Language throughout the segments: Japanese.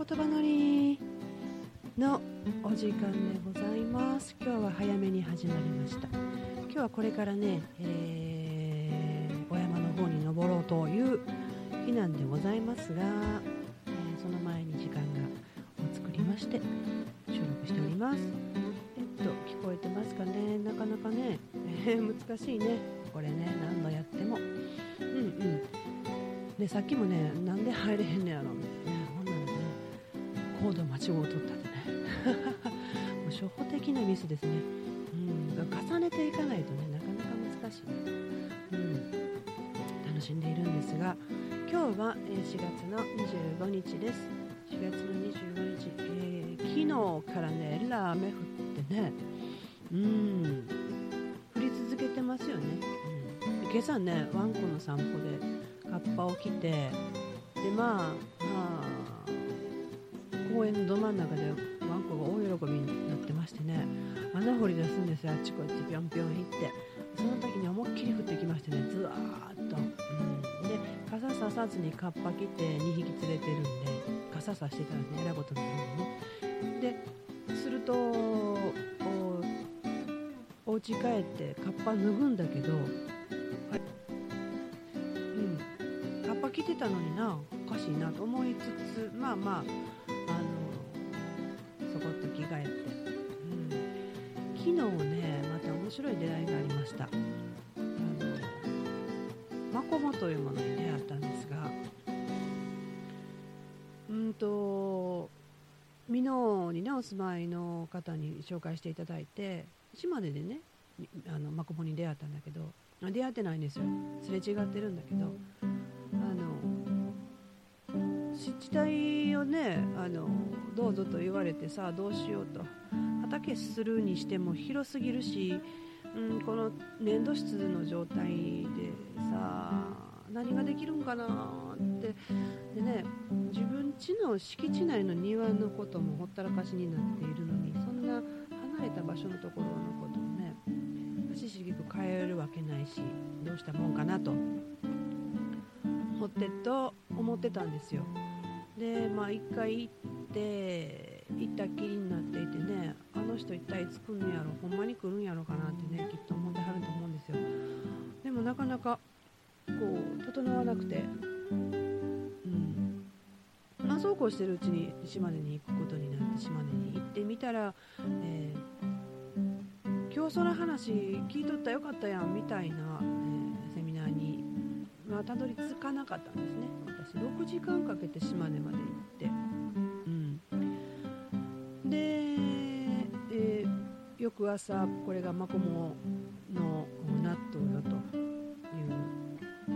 言葉のりのお時間でございます。今日は早めに始まりました。今日はこれからね、お山の方に登ろうという日なんでございますが、その前に時間がを作りまして収録しております。聞こえてますかね。なかなかね、難しいねこれね、何度やってもで、さっきもね、なんで入れへんねやろみたいなね、ほんならね、コード間違うとったってねもう初歩的なミスですね。重ねていかないとね、なかなか難しいね。楽しんでいるんですが、今日は4月の25日です。4月の25日、昨日からね、雨降ってね、降り続けてますよね。今朝ね、ワンコの散歩でカッパを着て、で公園のど真ん中でワンコが大喜びになってましてね、穴掘り出すんですよ、あっちこっちぴょんぴょん行って。その時に思いっきり降ってきましてね、ずわーっと、で傘ささずにカッパ着て2匹連れてるんで、傘さしてたらね、えらいことになるのね。でするとお家帰ってカッパ脱ぐんだけど、カッパ着てたのにな、おかしいなと思いつつ、そこっと着替えて、昨日ね、また面白い出会いがありました。マコモというものに出会ったんですが、美濃にねお住まいの方に紹介していただいて、島根でね、マコモに出会ったんだけど、出会ってないんですよ、すれ違ってるんだけど、湿地帯をね、どうぞと言われてさあどうしようと、畑するにしても広すぎるし、この粘土質の状態でさ何ができるんかなってでね、自分家の敷地内の庭のこともほったらかしになっているのに、そんな離れた場所のところのことをね、足しげく変えるわけないし、どうしたもんかなと思ってたんですよ。で一回行ったっきりになっていてね、あの人一体いつ来るんやろ、ほんまに来るんやろかなってね、きっと思ってはると思うんですよ。でもなかなかこう整わなくて、そうこうしてるうちに島根に行くことになって、島根に行ってみたら、今日その話聞いとったらよかったやんみたいな、セミナーにたどり着かなかったんですね。私6時間かけて島根まで行って、で、翌朝これがマコモの納豆よという、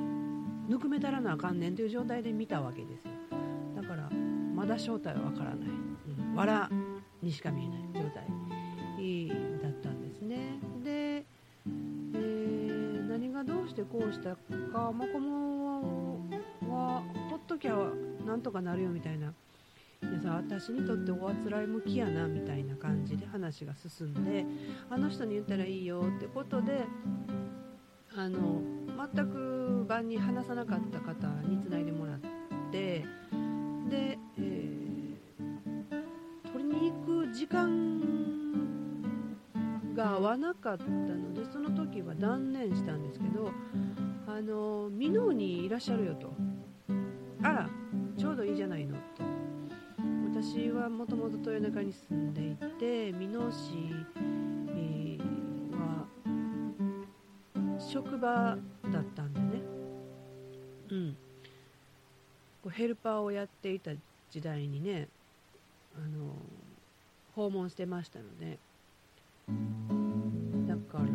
ぬくめたらなあかんねんという状態で見たわけですよ。だからまだ正体はわからない、藁にしか見えない状態だったんですね。で、何がどうしてこうしたか、マコモはほっときゃなんとかなるよみたいな、でさ、私にとっておあつらい向きやなみたいな感じで話が進んで、あの人に言ったらいいよってことで、全く晩に話さなかった方につないでもらって、で、取りに行く時間が合わなかったので、その時は断念したんですけど、美濃にいらっしゃるよと、あらちょうどいいじゃないのと。私はもともと豊中に住んでいて、美濃市は職場だったんでね、ヘルパーをやっていた時代にね、訪問してましたので、だから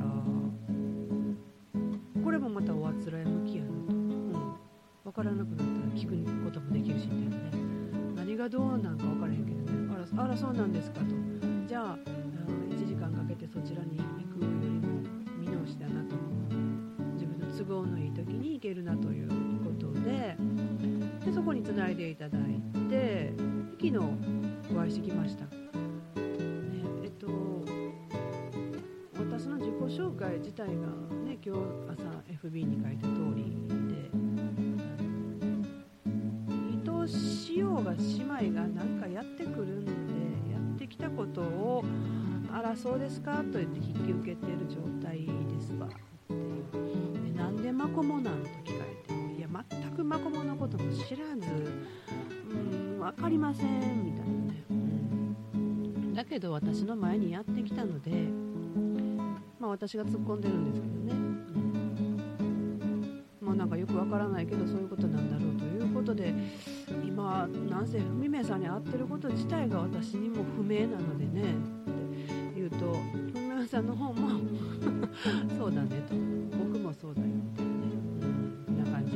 これもまたおあつらい向きやなと、分からなくなったら聞くこともできるしみたいなね、何がどうなんか分からへんけどね、あらそうなんですかと、じゃあ1時間かけてそちらに行くよりも美濃市だなと、自分の都合のいい時に行けるなということで、そこにつないでいただいて、昨日お会いしてきました、私の自己紹介自体がね、今日朝 FB に書いた通りで、愛おしようがしまいがなんかやってくるんで、やってきたことをあらそうですかと言って引き受けている状態ですわっていう。でなんでマコモなんと聞かれても、いや全くマコモのことも知らず、分かりませんみたいなね、だけど私の前にやってきたので、私が突っ込んでるんですけどね、もうなんかよくわからないけどそういうことなんだろうということで、今なんせ文明さんに会ってること自体が私にも不明なのでねって言うと、文明さんの方もそうだねと、僕もそうだよっていうね、こんな感じ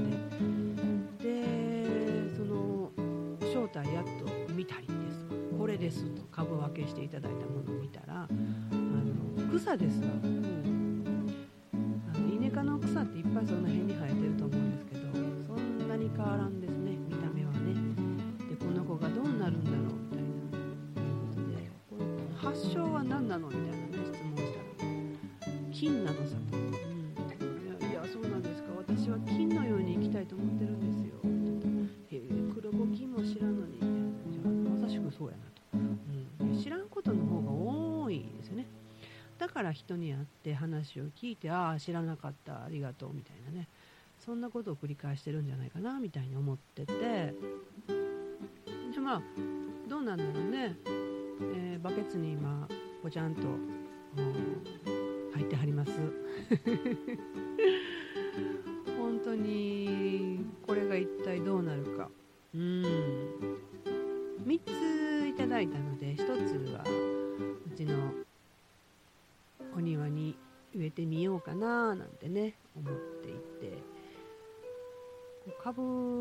で、その正体やっと見たりです、これですと株分けしていただいたものを見たら、草ですわ。イネ科の草っていっぱいその辺に生えてると思うんですけど、そんなに変わらんですね、見た目はね。でこの子がどうなるんだろうみたいなことで、この発症は何なのみたいなね、質問したら金なのさと、いやそうなんですか、私は金のように生きたいと思ってるんですよって言ったら、黒子金も知らんのにみたいな、じゃあまさしくそうやなと、知らんことの方が多いですよね。だから人に会って話を聞いて、ああ知らなかった、ありがとうみたいなね、そんなことを繰り返してるんじゃないかなみたいに思ってて、でどうなんだろうね、バケツに今ぽちゃんと、入ってはります本当にこれが一体どうなるか。3ついただいたので、1つはうちのお庭に植えてみようかななんてね思っていて、株